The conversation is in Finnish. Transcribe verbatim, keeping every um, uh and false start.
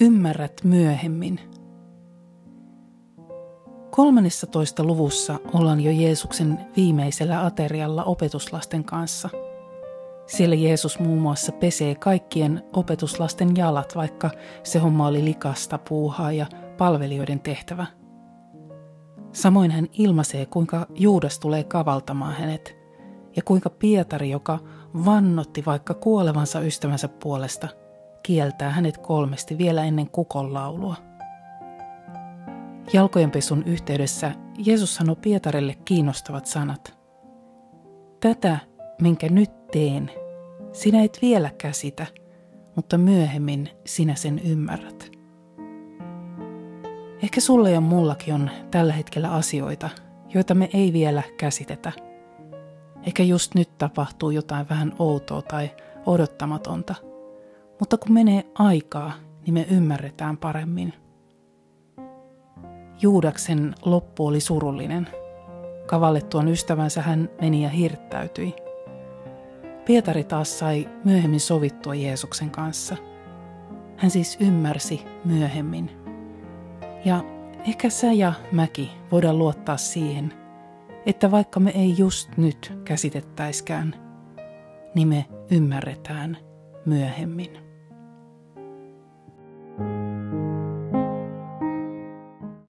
Ymmärrät myöhemmin. kolmannessatoista luvussa ollaan jo Jeesuksen viimeisellä aterialla opetuslasten kanssa. Siellä Jeesus muun muassa pesee kaikkien opetuslasten jalat, vaikka se homma oli likasta puuhaa ja palvelijoiden tehtävä. Samoin hän ilmaisee, kuinka Juudas tulee kavaltamaan hänet ja kuinka Pietari, joka vannotti vaikka kuolevansa ystävänsä puolesta, kieltää hänet kolmesti vielä ennen kukonlaulua. Jalkojenpesun yhteydessä Jeesus sanoi Pietarille kiinnostavat sanat. Tätä, minkä nyt teen, sinä et vielä käsitä, mutta myöhemmin sinä sen ymmärrät. Ehkä sulle ja mullakin on tällä hetkellä asioita, joita me ei vielä käsitetä. Ehkä just nyt tapahtuu jotain vähän outoa tai odottamatonta, mutta kun menee aikaa, niin me ymmärretään paremmin. Juudaksen loppu oli surullinen. Kavallettuaan ystävänsä hän meni ja hirttäytyi. Pietari taas sai myöhemmin sovittua Jeesuksen kanssa. Hän siis ymmärsi myöhemmin. Ja ehkä sä ja mäkin voidaan luottaa siihen, että vaikka me ei just nyt käsitettäiskään, niin me ymmärretään myöhemmin.